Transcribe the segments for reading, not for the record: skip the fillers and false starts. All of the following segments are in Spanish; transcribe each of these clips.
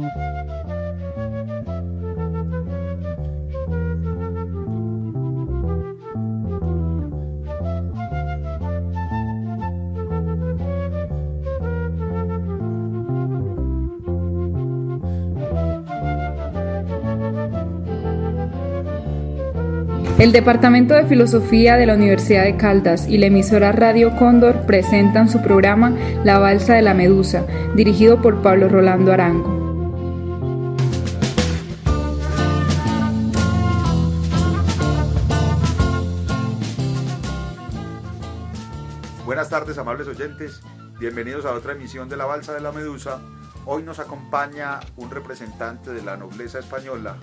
El Departamento de Filosofía de la Universidad de Caldas y la emisora Radio Cóndor presentan su programa La Balsa de la Medusa, dirigido por Pablo Rolando Arango. Buenas tardes, amables oyentes. Bienvenidos a otra emisión de La Balsa de la Medusa. Hoy nos acompaña un representante de la nobleza española,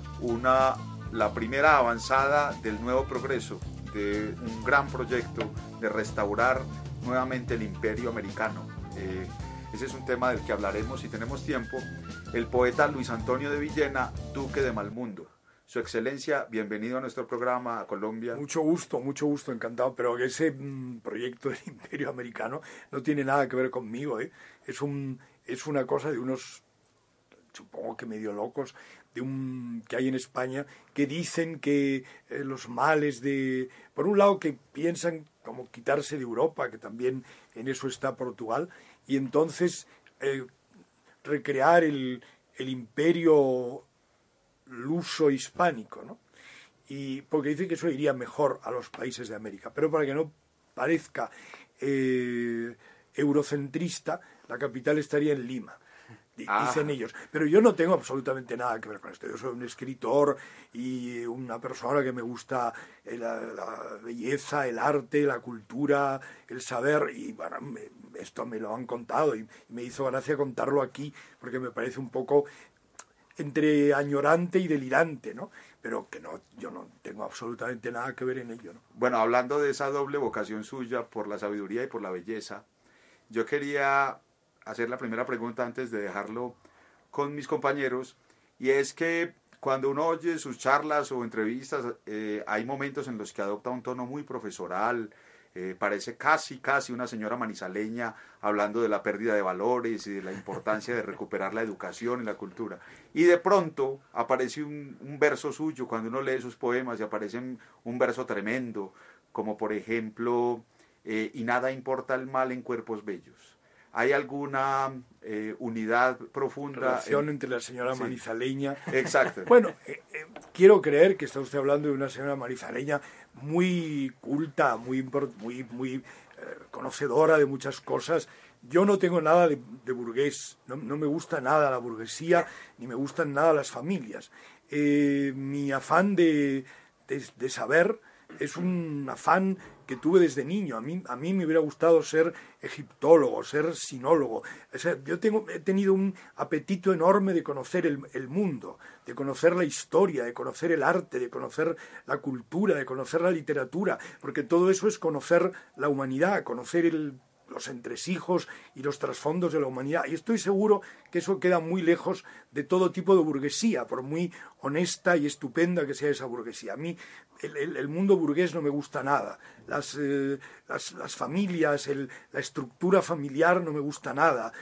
la primera avanzada del nuevo progreso, de un gran proyecto de restaurar nuevamente el imperio americano. Ese es un tema del que hablaremos si tenemos tiempo. El poeta Luis Antonio de Villena, duque de Malmundo. Su excelencia, bienvenido a nuestro programa, a Colombia. Mucho gusto, encantado, pero ese proyecto del imperio americano no tiene nada que ver conmigo, ¿eh? Es una cosa de unos, supongo que medio locos, que hay en España, que dicen que los males por un lado, que piensan como quitarse de Europa, que también en eso está Portugal, y entonces recrear el imperio luso-hispánico, ¿no? Y porque dicen que eso iría mejor a los países de América, pero para que no parezca eurocentrista, la capital estaría en Lima. Dicen ellos, pero yo no tengo absolutamente nada que ver con esto. Yo soy un escritor y una persona que me gusta la belleza, el arte, la cultura, el saber, y bueno, esto me lo han contado y me hizo gracia contarlo aquí porque me parece un poco entre añorante y delirante, ¿no? Pero que no, yo no tengo absolutamente nada que ver en ello, ¿no? Bueno, hablando de esa doble vocación suya por la sabiduría y por la belleza, yo quería hacer la primera pregunta antes de dejarlo con mis compañeros, y es que cuando uno oye sus charlas o entrevistas, hay momentos en los que adopta un tono muy profesoral, parece casi una señora manizaleña hablando de la pérdida de valores y de la importancia de recuperar la educación y la cultura, y de pronto aparece un verso suyo cuando uno lee sus poemas y aparece un verso tremendo, como por ejemplo, y nada importa el mal en cuerpos bellos. ¿Hay alguna unidad profunda? Relación entre la señora manizaleña. Exacto. Bueno, quiero creer que está usted hablando de una señora manizaleña muy culta, muy conocedora de muchas cosas. Yo no tengo nada de burgués, no me gusta nada la burguesía, ni me gustan nada las familias. Mi afán de saber es un afán que tuve desde niño. A mí me hubiera gustado ser egiptólogo, ser sinólogo. O sea, he tenido un apetito enorme de conocer el mundo, de conocer la historia, de conocer el arte, de conocer la cultura, de conocer la literatura, porque todo eso es conocer la humanidad, conocer los entresijos y los trasfondos de la humanidad. Y estoy seguro que eso queda muy lejos de todo tipo de burguesía, por muy honesta y estupenda que sea esa burguesía. A mí el mundo burgués no me gusta nada. Las familias, la estructura familiar no me gusta nada.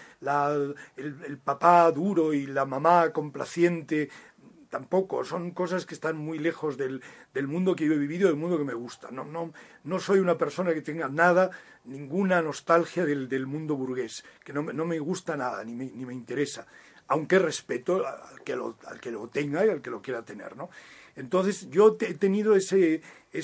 El papá duro y la mamá complaciente tampoco. Son cosas que están muy lejos del mundo que yo he vivido, del mundo que me gusta. No soy una persona que tenga ninguna nostalgia del mundo burgués, que no me gusta nada, ni me interesa, aunque respeto al que lo tenga y al que lo quiera tener, ¿no? Entonces yo he tenido ese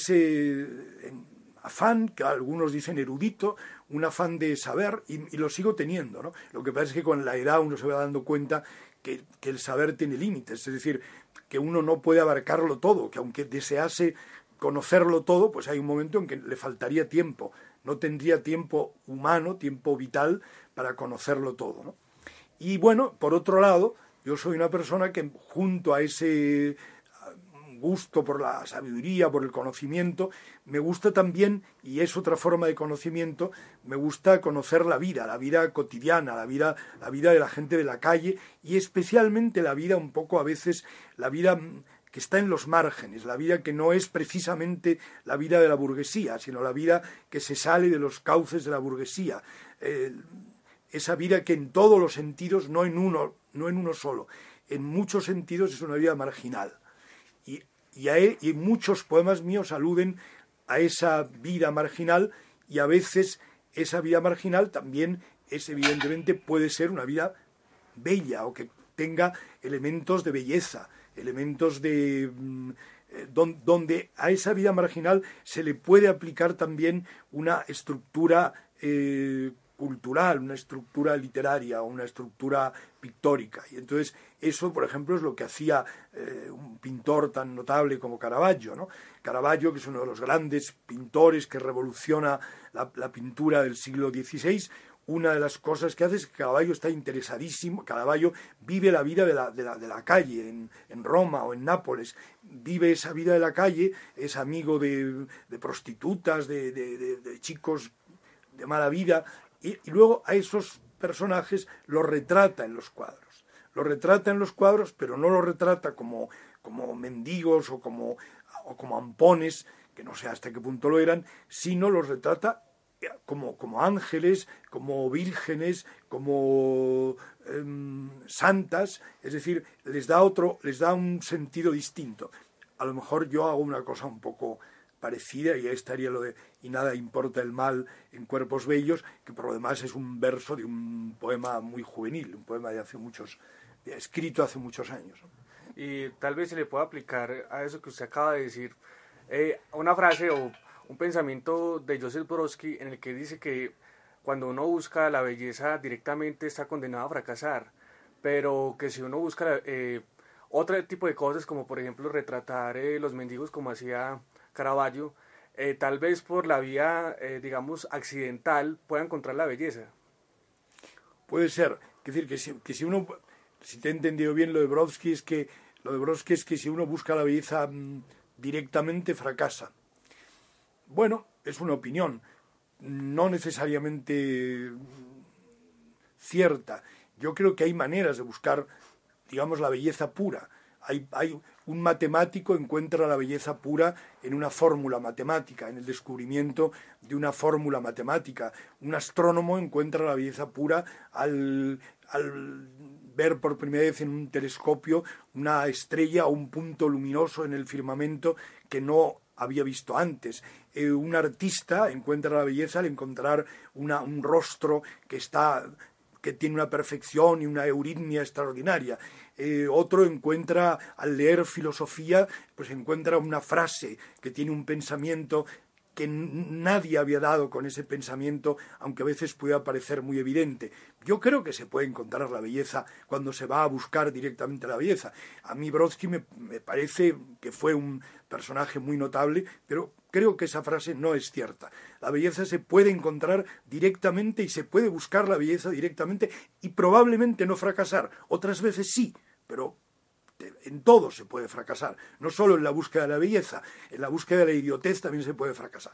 afán, que algunos dicen erudito, un afán de saber, y lo sigo teniendo, ¿no? Lo que pasa es que con la edad uno se va dando cuenta que el saber tiene límites, es decir, que uno no puede abarcarlo todo, que aunque desease conocerlo todo, pues hay un momento en que le faltaría tiempo, no tendría tiempo humano, tiempo vital para conocerlo todo, ¿no? Y bueno, por otro lado, yo soy una persona que junto a ese gusto por la sabiduría, por el conocimiento, me gusta también, y es otra forma de conocimiento, me gusta conocer la vida cotidiana, la vida de la gente de la calle, y especialmente la vida un poco a veces, la vida que está en los márgenes, la vida que no es precisamente la vida de la burguesía, sino la vida que se sale de los cauces de la burguesía. esa vida que en todos los sentidos, no en uno solo, en muchos sentidos es una vida marginal. Y muchos poemas míos aluden a esa vida marginal, y a veces esa vida marginal también evidentemente puede ser una vida bella, o que tenga elementos de belleza, elementos de donde a esa vida marginal se le puede aplicar también una estructura cultural, una estructura literaria o una estructura pictórica. Y entonces eso, por ejemplo, es lo que hacía un pintor tan notable como Caravaggio, ¿no? Caravaggio, que es uno de los grandes pintores que revoluciona la pintura del siglo XVI. Una de las cosas que hace es que Caravaggio está interesadísimo. Caravaggio vive la vida de la calle en Roma o en Nápoles, vive esa vida de la calle, es amigo de prostitutas, de chicos de mala vida, y luego a esos personajes los retrata en los cuadros. Los retrata en los cuadros, pero no los retrata como mendigos o como ampones, que no sé hasta qué punto lo eran, sino los retrata como ángeles, como vírgenes, como santas, es decir, les da un sentido distinto. A lo mejor yo hago una cosa un poco parecida, y ahí estaría lo de "y nada importa el mal en cuerpos bellos", que por lo demás es un verso de un poema muy juvenil, un poema escrito hace muchos años. Y tal vez se le pueda aplicar a eso que usted acaba de decir, una frase o un pensamiento de Joseph Brodsky, en el que dice que cuando uno busca la belleza directamente está condenado a fracasar, pero que si uno busca otro tipo de cosas, como por ejemplo retratar los mendigos como hacía Caravaggio, tal vez por la vía, digamos, accidental pueda encontrar la belleza. Puede ser. Es decir, que si uno, si te he entendido bien lo de Brodsky, es que si uno busca la belleza directamente fracasa. Bueno, es una opinión, no necesariamente cierta. Yo creo que hay maneras de buscar, digamos, la belleza pura. Hay un matemático encuentra la belleza pura en una fórmula matemática, en el descubrimiento de una fórmula matemática. Un astrónomo encuentra la belleza pura al ver por primera vez en un telescopio una estrella o un punto luminoso en el firmamento que no había visto antes. Un artista encuentra la belleza al encontrar un rostro que tiene una perfección y una euritmia extraordinaria. Otro encuentra, al leer filosofía, pues encuentra una frase que tiene un pensamiento que nadie había dado con ese pensamiento, aunque a veces pueda parecer muy evidente. Yo creo que se puede encontrar la belleza cuando se va a buscar directamente la belleza. A mí Brodsky me parece que fue un personaje muy notable, pero creo que esa frase no es cierta. La belleza se puede encontrar directamente y se puede buscar la belleza directamente y probablemente no fracasar. Otras veces sí, pero en todo se puede fracasar, no solo en la búsqueda de la belleza, en la búsqueda de la idiotez también se puede fracasar.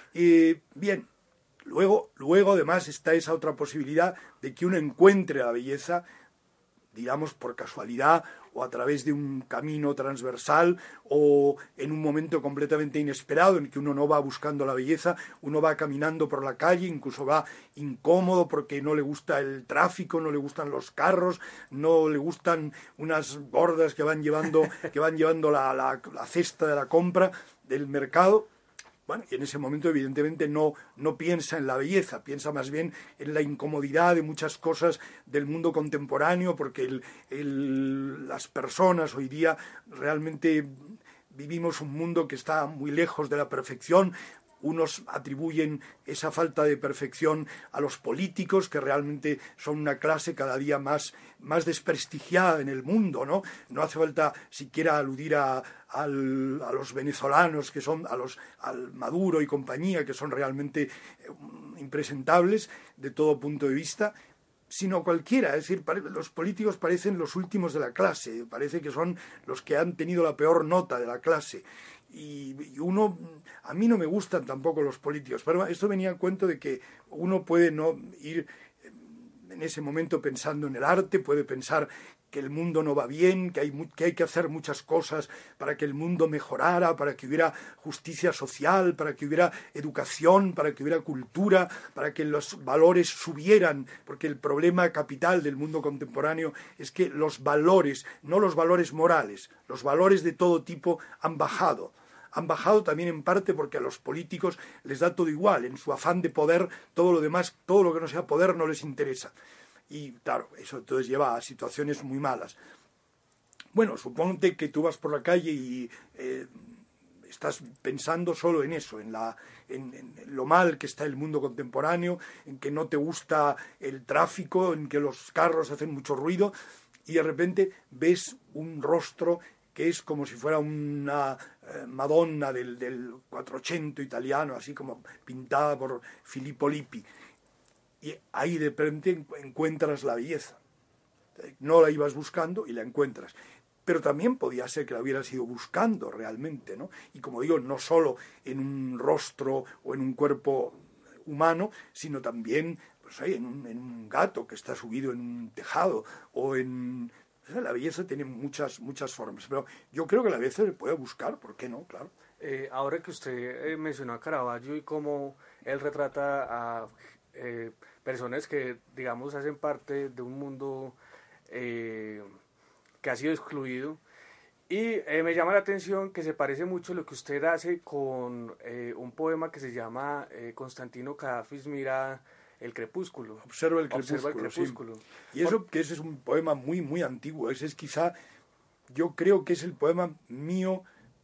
Bien, luego además está esa otra posibilidad de que uno encuentre la belleza, digamos, por casualidad o a través de un camino transversal o en un momento completamente inesperado en que uno no va buscando la belleza, uno va caminando por la calle, incluso va incómodo porque no le gusta el tráfico, no le gustan los carros, no le gustan unas gordas que van llevando la cesta de la compra del mercado. Bueno, y en ese momento evidentemente no piensa en la belleza, piensa más bien en la incomodidad de muchas cosas del mundo contemporáneo, porque las personas hoy día realmente vivimos un mundo que está muy lejos de la perfección. Unos atribuyen esa falta de perfección a los políticos, que realmente son una clase cada día más desprestigiada en el mundo, ¿no? No hace falta siquiera aludir a los venezolanos, que son al Maduro y compañía, que son realmente impresentables de todo punto de vista, sino cualquiera. Es decir, los políticos parecen los últimos de la clase, parece que son los que han tenido la peor nota de la clase. Y a mí no me gustan tampoco los políticos, pero esto venía al cuento de que uno puede no ir en ese momento pensando en el arte, puede pensar que el mundo no va bien, que hay que hacer muchas cosas para que el mundo mejorara, para que hubiera justicia social, para que hubiera educación, para que hubiera cultura, para que los valores subieran, porque el problema capital del mundo contemporáneo es que los valores, no los valores morales, los valores de todo tipo han bajado. Han bajado también en parte porque a los políticos les da todo igual, en su afán de poder, todo lo demás, todo lo que no sea poder no les interesa. Y claro, eso entonces lleva a situaciones muy malas. Bueno, suponte que tú vas por la calle y estás pensando solo en eso, en lo mal que está el mundo contemporáneo, en que no te gusta el tráfico, en que los carros hacen mucho ruido, y de repente ves un rostro que es como si fuera una Madonna del 400 italiano, así como pintada por Filippo Lippi. Y ahí de repente encuentras la belleza. No la ibas buscando y la encuentras. Pero también podía ser que la hubieras ido buscando realmente, ¿no? Y como digo, no solo en un rostro o en un cuerpo humano, sino también pues, en un gato que está subido en un tejado o en... O sea, la belleza tiene muchas formas. Pero yo creo que la belleza se puede buscar, ¿por qué no? Claro. Ahora que usted mencionó a Caravaggio y cómo él retrata a... personas que, digamos, hacen parte de un mundo que ha sido excluido. Y me llama la atención que se parece mucho lo que usted hace con un poema que se llama Constantino Cadaffis mira el crepúsculo. Observa el crepúsculo. Sí. Y eso que ese es un poema muy, muy antiguo. Ese es quizá, yo creo que es el poema mío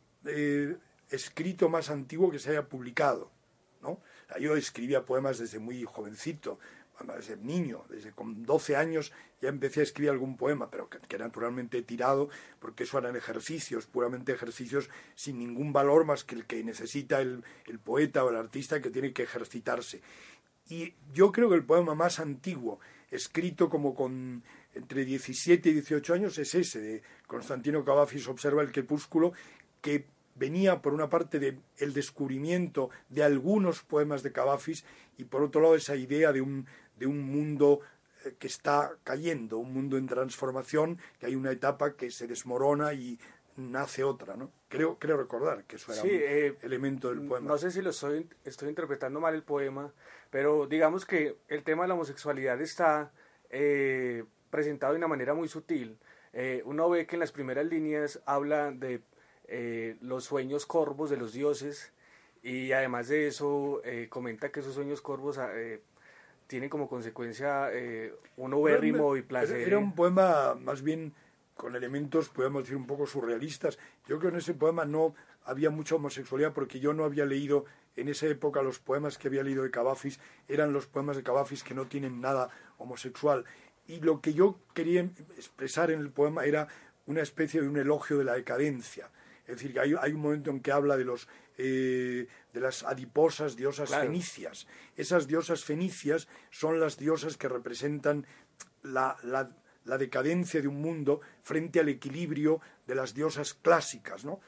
escrito más antiguo que se haya publicado, ¿no? Yo escribía poemas desde muy jovencito, desde niño, desde con 12 años ya empecé a escribir algún poema, pero que naturalmente he tirado, porque eso eran ejercicios, puramente ejercicios sin ningún valor más que el que necesita el poeta o el artista, que tiene que ejercitarse. Y yo creo que el poema más antiguo, escrito como con entre 17 y 18 años, es ese, de Constantino Cadaffis Observa el crepúsculo, que venía por una parte del descubrimiento de algunos poemas de Cadaffis y por otro lado esa idea de un mundo que está cayendo, un mundo en transformación, que hay una etapa que se desmorona y nace otra, ¿no? Creo recordar que eso era un elemento del poema. No sé si estoy interpretando mal el poema, pero digamos que el tema de la homosexualidad está presentado de una manera muy sutil. Uno ve que en las primeras líneas habla de los sueños corvos de los dioses, y además de eso comenta que esos sueños corvos tienen como consecuencia un ubérrimo y placer. Era un poema más bien con elementos, podemos decir, un poco surrealistas. Yo creo que en ese poema no había mucha homosexualidad, porque yo no había leído en esa época los poemas que había leído de Cadaffis, eran los poemas de Cadaffis que no tienen nada homosexual. Y lo que yo quería expresar en el poema era una especie de un elogio de la decadencia. Es decir, que hay un momento en que habla de las adiposas diosas fenicias. Esas diosas fenicias son las diosas que representan la decadencia de un mundo frente al equilibrio de las diosas clásicas, ¿no?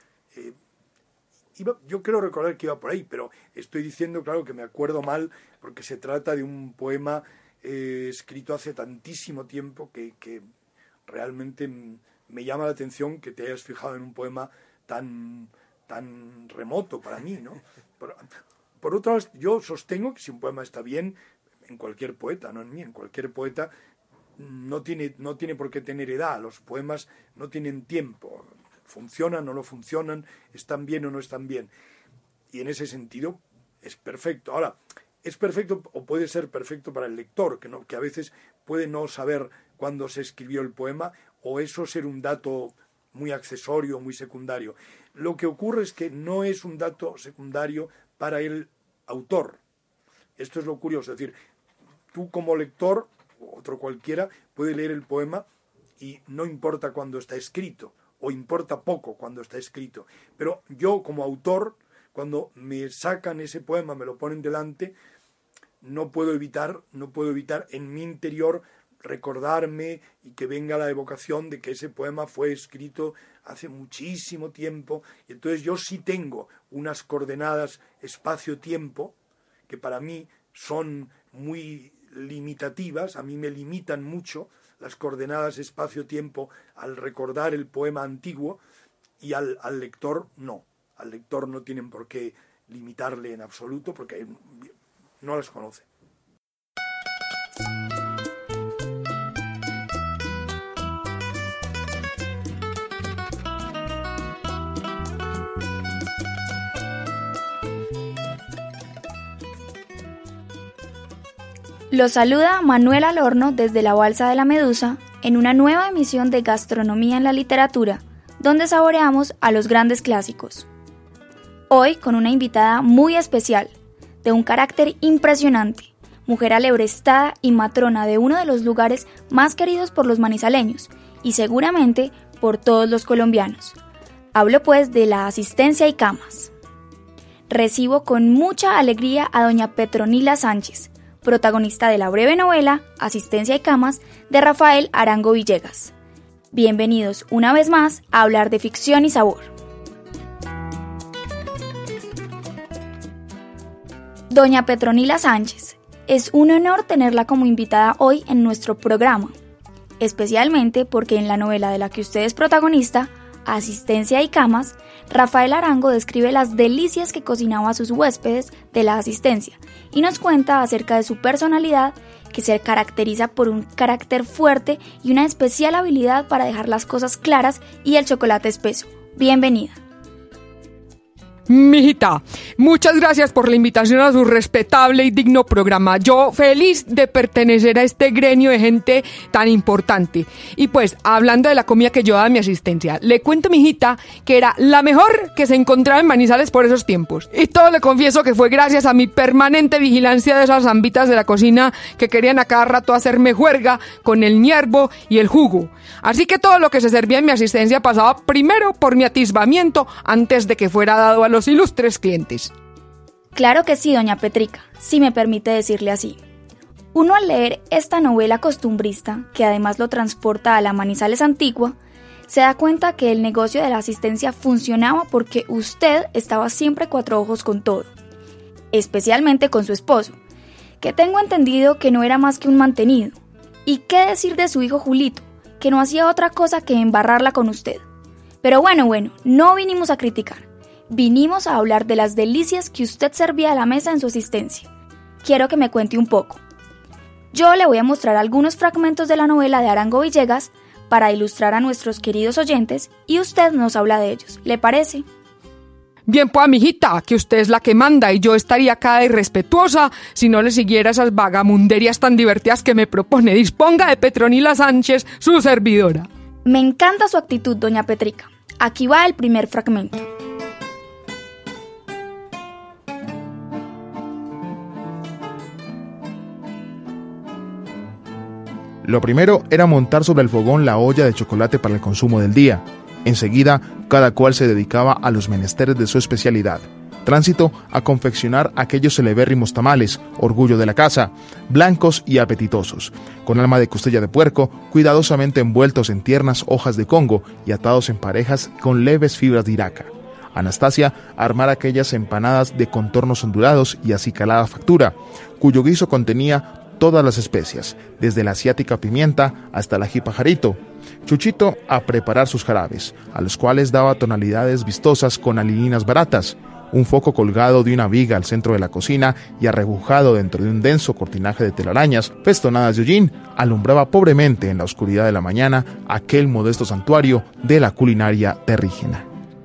Yo creo recordar que iba por ahí, pero estoy diciendo, claro, que me acuerdo mal, porque se trata de un poema escrito hace tantísimo tiempo que realmente me llama la atención que te hayas fijado en un poema tan remoto para mí, ¿no? Por otro lado, yo sostengo que si un poema está bien, en cualquier poeta, no en mí, en cualquier poeta, no tiene por qué tener edad. Los poemas no tienen tiempo, funcionan o no funcionan, están bien o no están bien. Y en ese sentido es perfecto. Ahora, es perfecto o puede ser perfecto para el lector, que a veces puede no saber cuándo se escribió el poema, o eso ser un dato muy accesorio, muy secundario. Lo que ocurre es que no es un dato secundario para el autor. Esto es lo curioso, es decir, tú como lector, o otro cualquiera, puede leer el poema y no importa cuándo está escrito, o importa poco cuando está escrito. Pero yo como autor, cuando me sacan ese poema, me lo ponen delante, no puedo evitar en mi interior recordarme y que venga la evocación de que ese poema fue escrito hace muchísimo tiempo, y entonces yo sí tengo unas coordenadas espacio-tiempo que para mí son muy limitativas, a mí me limitan mucho las coordenadas espacio-tiempo al recordar el poema antiguo, y al lector no. Al lector no tienen por qué limitarle en absoluto porque no las conoce. Los saluda Manuel Alorno desde la Balsa de la Medusa en una nueva emisión de Gastronomía en la Literatura, donde saboreamos a los grandes clásicos. Hoy con una invitada muy especial, de un carácter impresionante, mujer alebrestada y matrona de uno de los lugares más queridos por los manizaleños y seguramente por todos los colombianos. Hablo pues de la Asistencia y Camas. Recibo con mucha alegría a doña Petronila Sánchez, protagonista de la breve novela Asistencia y Camas de Rafael Arango Villegas. Bienvenidos una vez más a hablar de ficción y sabor. Doña Petronila Sánchez, es un honor tenerla como invitada hoy en nuestro programa, especialmente porque en la novela de la que usted es protagonista, Asistencia y Camas, Rafael Arango describe las delicias que cocinaba a sus huéspedes de la Asistencia y nos cuenta acerca de su personalidad, que se caracteriza por un carácter fuerte y una especial habilidad para dejar las cosas claras y el chocolate espeso. Bienvenida. Mijita, muchas gracias por la invitación a su respetable y digno programa. Yo feliz de pertenecer a este gremio de gente tan importante. Y pues, hablando de la comida que yo daba a mi asistencia, le cuento, mijita, que era la mejor que se encontraba en Manizales por esos tiempos. Y todo le confieso que fue gracias a mi permanente vigilancia de esas zambitas de la cocina que querían a cada rato hacerme juerga con el ñerbo y el jugo. Así que todo lo que se servía en mi asistencia pasaba primero por mi atisbamiento antes de que fuera dado a los ilustres clientes. Claro que sí, doña Petrica, si me permite decirle así. Uno al leer esta novela costumbrista, que además lo transporta a la Manizales antigua, se da cuenta que el negocio de la asistencia funcionaba porque usted estaba siempre cuatro ojos con todo, especialmente con su esposo, que tengo entendido que no era más que un mantenido. ¿Y qué decir de su hijo Julito, que no hacía otra cosa que embarrarla con usted? Pero bueno, no vinimos a criticar. Vinimos a hablar de las delicias que usted servía a la mesa en su asistencia. Quiero que me cuente un poco. Yo le voy a mostrar algunos fragmentos de la novela de Arango Villegas para ilustrar a nuestros queridos oyentes y usted nos habla de ellos. ¿Le parece? Bien, pues, mijita, que usted es la que manda y yo estaría acá irrespetuosa si no le siguiera esas vagamunderias tan divertidas que me propone. Disponga de Petronila Sánchez, su servidora. Me encanta su actitud, doña Petrica. Aquí va el primer fragmento. Lo primero era montar sobre el fogón la olla de chocolate para el consumo del día. Enseguida, cada cual se dedicaba a los menesteres de su especialidad. Tránsito a confeccionar aquellos celebérrimos tamales, orgullo de la casa, blancos y apetitosos, con alma de costilla de puerco, cuidadosamente envueltos en tiernas hojas de congo y atados en parejas con leves fibras de iraca. Anastasia armar aquellas empanadas de contornos ondulados y acicalada factura, cuyo guiso contenía todas las especias, desde la asiática pimienta hasta el ají pajarito. Chuchito a preparar sus jarabes, a los cuales daba tonalidades vistosas con alininas baratas. Un foco colgado de una viga al centro de la cocina y arrebujado dentro de un denso cortinaje de telarañas festonadas de hollín, alumbraba pobremente en la oscuridad de la mañana aquel modesto santuario de la culinaria terrígena.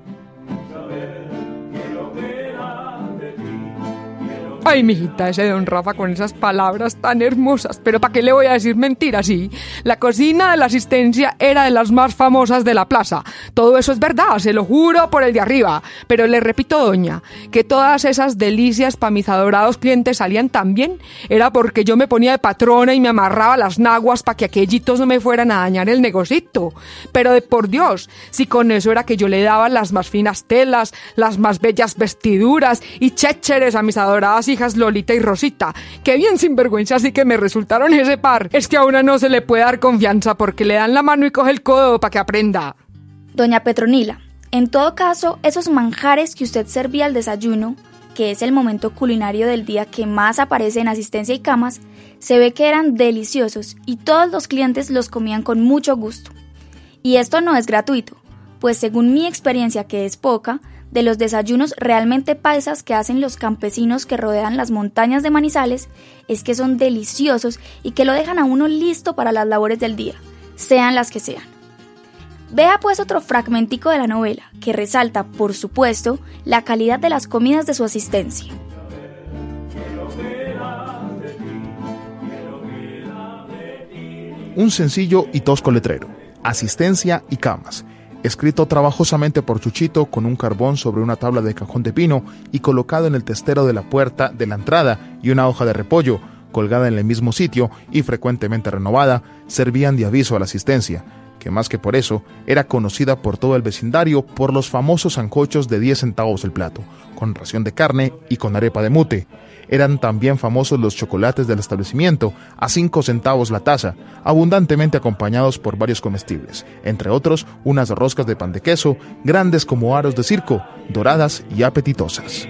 Ay, mijita, ese don Rafa con esas palabras tan hermosas. Pero ¿para qué le voy a decir mentiras? Sí, la cocina de la asistencia era de las más famosas de la plaza. Todo eso es verdad, se lo juro por el de arriba. Pero le repito, doña, que todas esas delicias para mis adorados clientes salían tan bien, era porque yo me ponía de patrona y me amarraba las naguas para que aquellitos no me fueran a dañar el negocito. Pero de por Dios, si con eso era que yo le daba las más finas telas, las más bellas vestiduras y chécheres a mis adoradas hijas Lolita y Rosita, que bien sinvergüenza así que me resultaron ese par. Es que a una no se le puede dar confianza porque le dan la mano y coge el codo para que aprenda. Doña Petronila, en todo caso, esos manjares que usted servía al desayuno que es el momento culinario del día que más aparece en Asistencia y Camas, se ve que eran deliciosos y todos los clientes los comían con mucho gusto. Y esto no es gratuito, pues según mi experiencia, que es poca, de los desayunos realmente paisas que hacen los campesinos que rodean las montañas de Manizales, es que son deliciosos y que lo dejan a uno listo para las labores del día, sean las que sean. Vea pues otro fragmentico de la novela, que resalta, por supuesto, la calidad de las comidas de su asistencia. Un sencillo y tosco letrero, Asistencia y Camas, escrito trabajosamente por Chuchito con un carbón sobre una tabla de cajón de pino y colocado en el testero de la puerta de la entrada, y una hoja de repollo, colgada en el mismo sitio y frecuentemente renovada, servían de aviso a la asistencia, que más que por eso, era conocida por todo el vecindario por los famosos sancochos de 10 centavos el plato, con ración de carne y con arepa de mute. Eran también famosos los chocolates del establecimiento, a 5 centavos la taza, abundantemente acompañados por varios comestibles, entre otros unas roscas de pan de queso, grandes como aros de circo, doradas y apetitosas.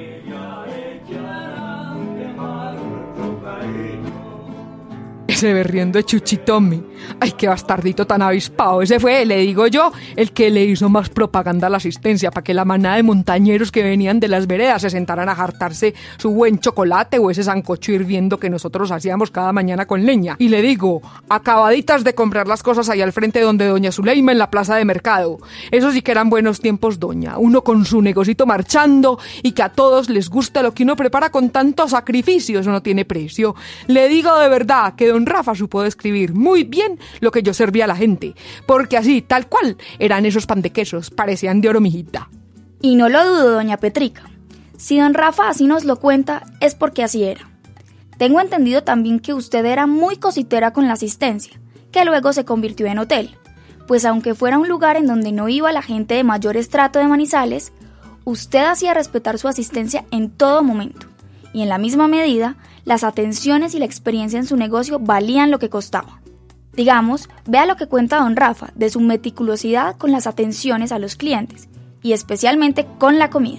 Ese berriendo de Chuchitomi. Ay, qué bastardito tan avispado. Ese fue, le digo yo, el que le hizo más propaganda a la asistencia para que la manada de montañeros que venían de las veredas se sentaran a jartarse su buen chocolate o ese sancocho hirviendo que nosotros hacíamos cada mañana con leña. Y le digo, acabaditas de comprar las cosas ahí al frente donde doña Zuleima en la plaza de mercado. Eso sí que eran buenos tiempos, doña. Uno con su negocito marchando y que a todos les gusta lo que uno prepara con tanto sacrificio. Eso no tiene precio. Le digo de verdad que don Rafa supo describir muy bien lo que yo servía a la gente, porque así, tal cual, eran esos pan de quesos, parecían de oro, mijita. Y no lo dudo, doña Petrica. Si don Rafa así nos lo cuenta, es porque así era. Tengo entendido también que usted era muy cositera con la asistencia, que luego se convirtió en hotel, pues aunque fuera un lugar en donde no iba la gente de mayor estrato de Manizales, usted hacía respetar su asistencia en todo momento, y en la misma medida, las atenciones y la experiencia en su negocio valían lo que costaba. Digamos, vea lo que cuenta don Rafa de su meticulosidad con las atenciones a los clientes, y especialmente con la comida.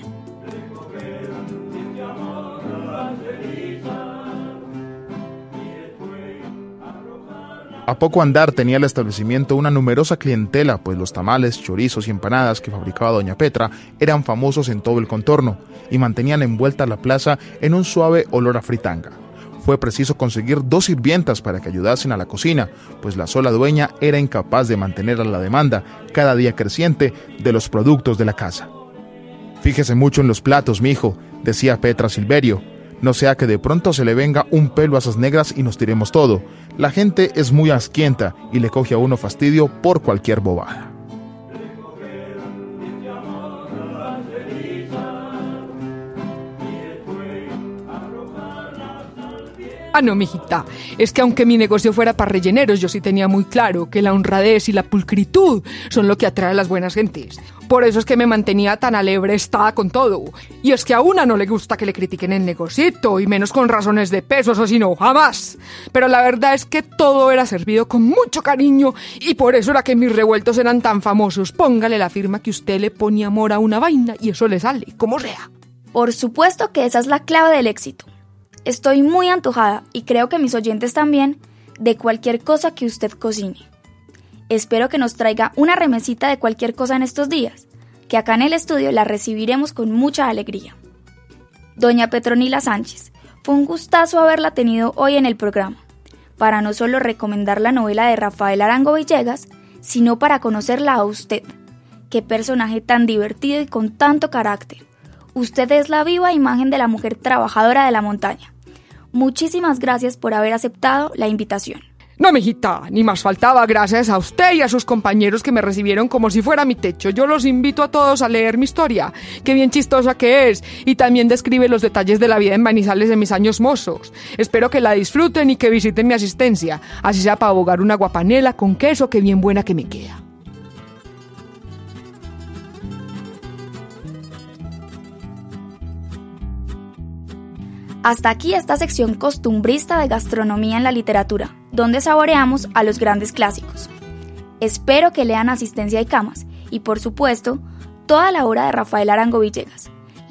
A poco andar tenía el establecimiento una numerosa clientela, pues los tamales, chorizos y empanadas que fabricaba doña Petra eran famosos en todo el contorno y mantenían envuelta la plaza en un suave olor a fritanga. Fue preciso conseguir 2 sirvientas para que ayudasen a la cocina, pues la sola dueña era incapaz de mantener a la demanda, cada día creciente, de los productos de la casa. «Fíjese mucho en los platos, mijo», decía Petra Silverio, «no sea que de pronto se le venga un pelo a esas negras y nos tiremos todo. La gente es muy asquienta y le coge a uno fastidio por cualquier bobada». Ah, no, mijita, es que aunque mi negocio fuera para relleneros, yo sí tenía muy claro que la honradez y la pulcritud son lo que atrae a las buenas gentes. Por eso es que me mantenía tan alebrestada con todo. Y es que a una no le gusta que le critiquen el negocito, y menos con razones de peso, eso sí, no, jamás. Pero la verdad es que todo era servido con mucho cariño, y por eso era que mis revueltos eran tan famosos. Póngale la firma que usted le pone amor a una vaina, y eso le sale, como sea. Por supuesto que esa es la clave del éxito. Estoy muy antojada, y creo que mis oyentes también, de cualquier cosa que usted cocine. Espero que nos traiga una remesita de cualquier cosa en estos días, que acá en el estudio la recibiremos con mucha alegría. Doña Petronila Sánchez, fue un gustazo haberla tenido hoy en el programa, para no solo recomendar la novela de Rafael Arango Villegas, sino para conocerla a usted. Qué personaje tan divertido y con tanto carácter. Usted es la viva imagen de la mujer trabajadora de la montaña. Muchísimas gracias por haber aceptado la invitación. No, mijita, ni más faltaba, gracias a usted y a sus compañeros que me recibieron como si fuera mi techo. Yo los invito a todos a leer mi historia, qué bien chistosa que es, y también describe los detalles de la vida en Manizales de mis años mozos. Espero que la disfruten y que visiten mi asistencia, así sea para ahogar una guapanela con queso, que bien buena que me queda. Hasta aquí esta sección costumbrista de gastronomía en la literatura, donde saboreamos a los grandes clásicos. Espero que lean Asistencia y Camas y, por supuesto, toda la obra de Rafael Arango Villegas.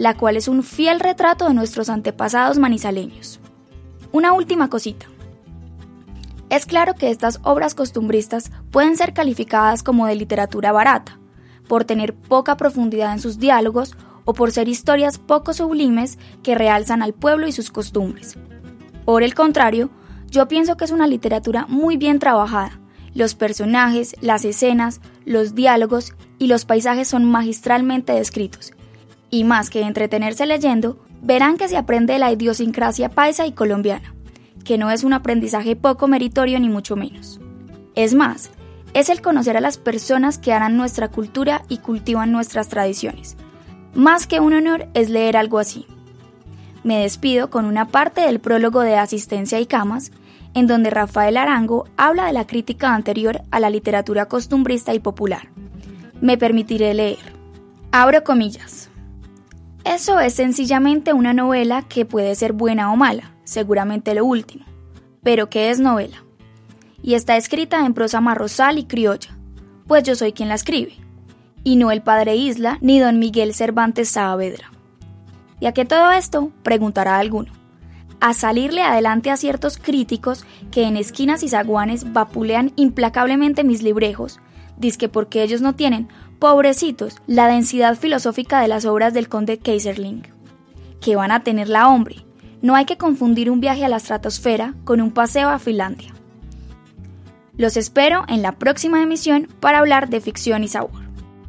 la cual es un fiel retrato de nuestros antepasados manizaleños. Una última cosita. Es claro que estas obras costumbristas pueden ser calificadas como de literatura barata, por tener poca profundidad en sus diálogos o por ser historias poco sublimes que realzan al pueblo y sus costumbres. Por el contrario, yo pienso que es una literatura muy bien trabajada. Los personajes, las escenas, los diálogos y los paisajes son magistralmente descritos. Y más que entretenerse leyendo, verán que se aprende de la idiosincrasia paisa y colombiana, que no es un aprendizaje poco meritorio ni mucho menos. Es más, es el conocer a las personas que harán nuestra cultura y cultivan nuestras tradiciones. Más que un honor es leer algo así. Me despido con una parte del prólogo de Asistencia y Camas, en donde Rafael Arango habla de la crítica anterior a la literatura costumbrista y popular. Me permitiré leer. Abro comillas. Eso es sencillamente una novela que puede ser buena o mala, seguramente lo último. Pero ¿qué es novela? Y está escrita en prosa marrosal y criolla, pues yo soy quien la escribe, y no el padre Isla ni don Miguel Cervantes Saavedra. ¿Y a qué todo esto?, preguntará alguno. A salirle adelante a ciertos críticos que en esquinas y zaguanes vapulean implacablemente mis librejos, dizque porque ellos no tienen, pobrecitos, la densidad filosófica de las obras del conde Keyserling. ¿Qué van a tenerla, hombre? No hay que confundir un viaje a la estratosfera con un paseo a Finlandia. Los espero en la próxima emisión para hablar de ficción y sabor.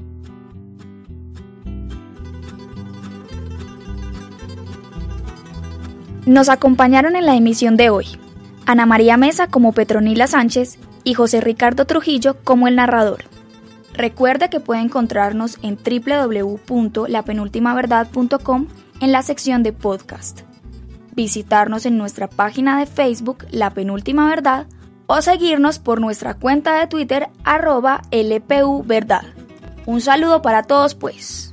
Nos acompañaron en la emisión de hoy Ana María Mesa como Petronila Sánchez y José Ricardo Trujillo como el narrador. Recuerde que puede encontrarnos en www.lapenultimaverdad.com en la sección de podcast, visitarnos en nuestra página de Facebook La Penúltima Verdad o seguirnos por nuestra cuenta de Twitter @LPUverdad. Un saludo para todos pues.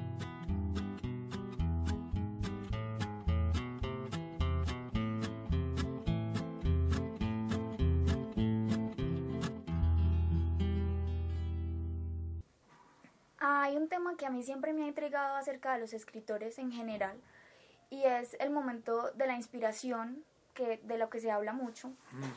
Hay un tema que a mí siempre me ha intrigado acerca de los escritores en general y es el momento de la inspiración, de lo que se habla mucho.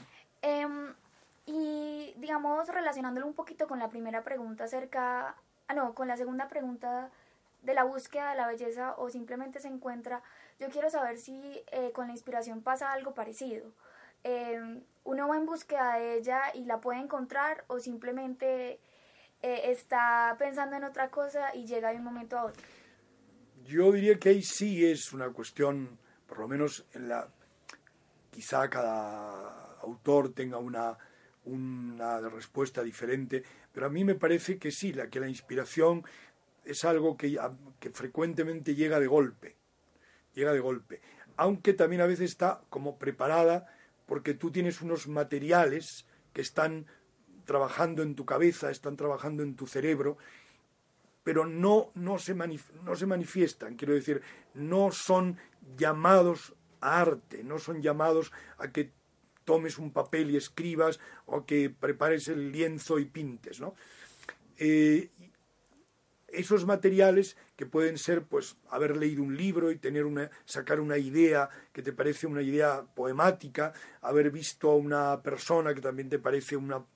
Y digamos, relacionándolo un poquito con la primera pregunta con la segunda pregunta de la búsqueda de la belleza o simplemente se encuentra, yo quiero saber si con la inspiración pasa algo parecido. Uno va en búsqueda de ella y la puede encontrar o simplemente está pensando en otra cosa y llega de un momento a otro. Yo diría que ahí sí es una cuestión, por lo menos quizá cada autor tenga una respuesta diferente, pero a mí me parece que sí, que la inspiración es algo que frecuentemente llega de golpe, aunque también a veces está como preparada porque tú tienes unos materiales que están trabajando en tu cabeza, están trabajando en tu cerebro, pero no se manifiestan, quiero decir, no son llamados a arte, no son llamados a que tomes un papel y escribas o a que prepares el lienzo y pintes, ¿no? Esos materiales que pueden ser, pues, haber leído un libro y sacar una idea que te parece una idea poemática, haber visto a una persona que también te parece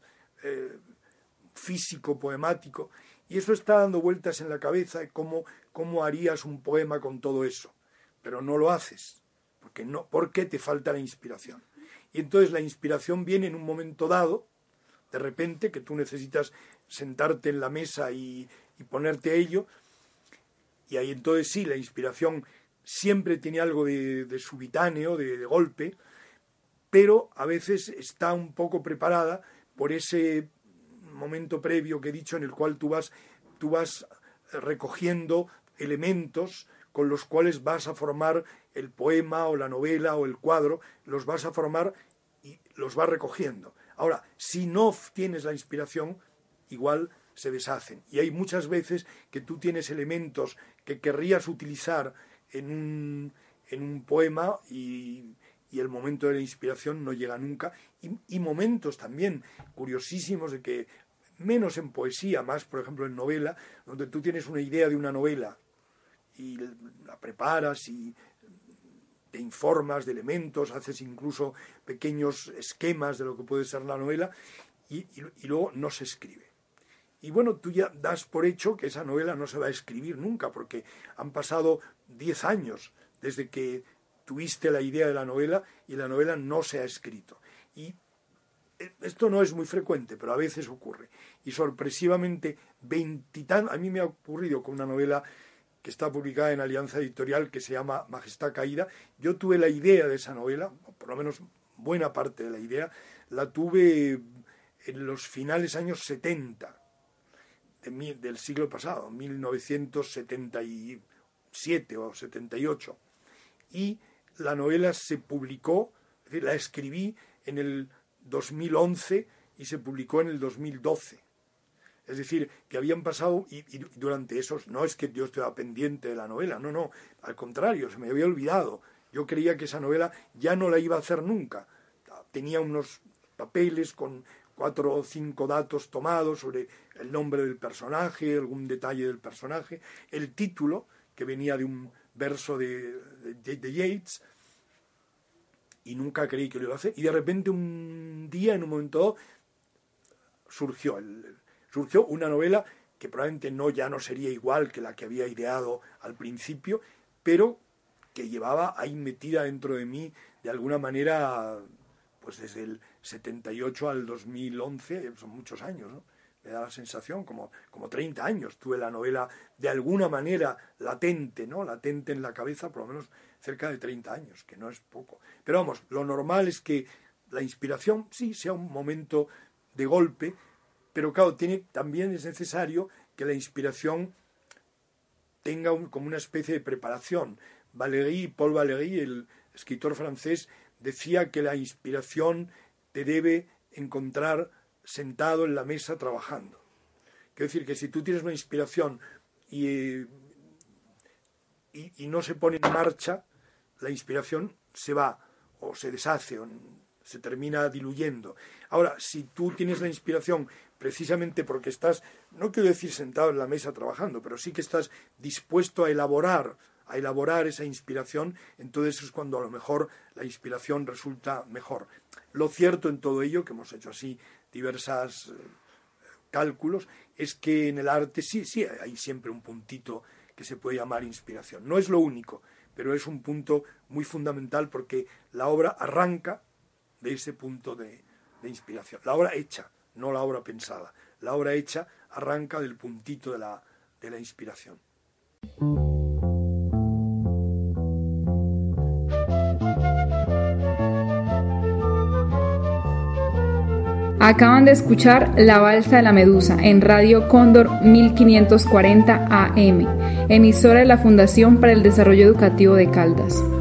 físico poemático, y eso está dando vueltas en la cabeza de cómo harías un poema con todo eso, pero no lo haces, porque te falta la inspiración. Y entonces la inspiración viene en un momento dado, de repente, que tú necesitas sentarte en la mesa y ponerte a ello, y ahí entonces sí, la inspiración siempre tiene algo de subitáneo, de golpe, pero a veces está un poco preparada por ese momento previo que he dicho, en el cual tú vas recogiendo elementos con los cuales vas a formar el poema o la novela o el cuadro, los vas a formar y los vas recogiendo. Ahora, si no tienes la inspiración, igual se deshacen. Y hay muchas veces que tú tienes elementos que querrías utilizar en un poema y el momento de la inspiración no llega nunca. Y momentos también curiosísimos de que, menos en poesía, más por ejemplo en novela, donde tú tienes una idea de una novela y la preparas y te informas de elementos, haces incluso pequeños esquemas de lo que puede ser la novela y luego no se escribe. Y bueno, tú ya das por hecho que esa novela no se va a escribir nunca, porque han pasado 10 años desde que tuviste la idea de la novela y la novela no se ha escrito. Y esto no es muy frecuente, pero a veces ocurre. Y sorpresivamente, a mí me ha ocurrido con una novela que está publicada en Alianza Editorial, que se llama Majestad Caída. Yo tuve la idea de esa novela, o por lo menos buena parte de la idea, la tuve en los finales años 70 del siglo pasado, 1977 o 78. Y la novela se publicó, es decir, la escribí en el 2011 y se publicó en el 2012. Es decir, que habían pasado, y durante esos, no es que yo estaba pendiente de la novela, no, al contrario, se me había olvidado. Yo creía que esa novela ya no la iba a hacer nunca. Tenía unos papeles con 4 o 5 datos tomados sobre el nombre del personaje, algún detalle del personaje, el título, que venía de un verso de Yeats, y nunca creí que lo iba a hacer. Y de repente un día, en un momento dado, surgió una novela que probablemente ya no sería igual que la que había ideado al principio, pero que llevaba ahí metida dentro de mí de alguna manera, pues desde el 78 al 2011, son muchos años, ¿no? Me da la sensación, como 30 años tuve la novela de alguna manera latente, ¿no? Latente en la cabeza, por lo menos cerca de 30 años, que no es poco. Pero vamos, lo normal es que la inspiración sí sea un momento de golpe, pero claro, también es necesario que la inspiración tenga como una especie de preparación. Paul Valéry, el escritor francés, decía que la inspiración te debe encontrar sentado en la mesa trabajando. Quiero decir que si tú tienes una inspiración y no se pone en marcha, la inspiración se va o se deshace o se termina diluyendo. Ahora, si tú tienes la inspiración precisamente porque estás, no quiero decir sentado en la mesa trabajando, pero sí que estás dispuesto a elaborar esa inspiración, entonces es cuando a lo mejor la inspiración resulta mejor. Lo cierto en todo ello, que hemos hecho así diversos cálculos, es que en el arte sí hay siempre un puntito que se puede llamar inspiración. No es lo único, pero es un punto muy fundamental porque la obra arranca de ese punto de inspiración. La obra hecha, no la obra pensada. La obra hecha arranca del puntito de la inspiración. Acaban de escuchar La Balsa de la Medusa en Radio Cóndor 1540 AM, emisora de la Fundación para el Desarrollo Educativo de Caldas.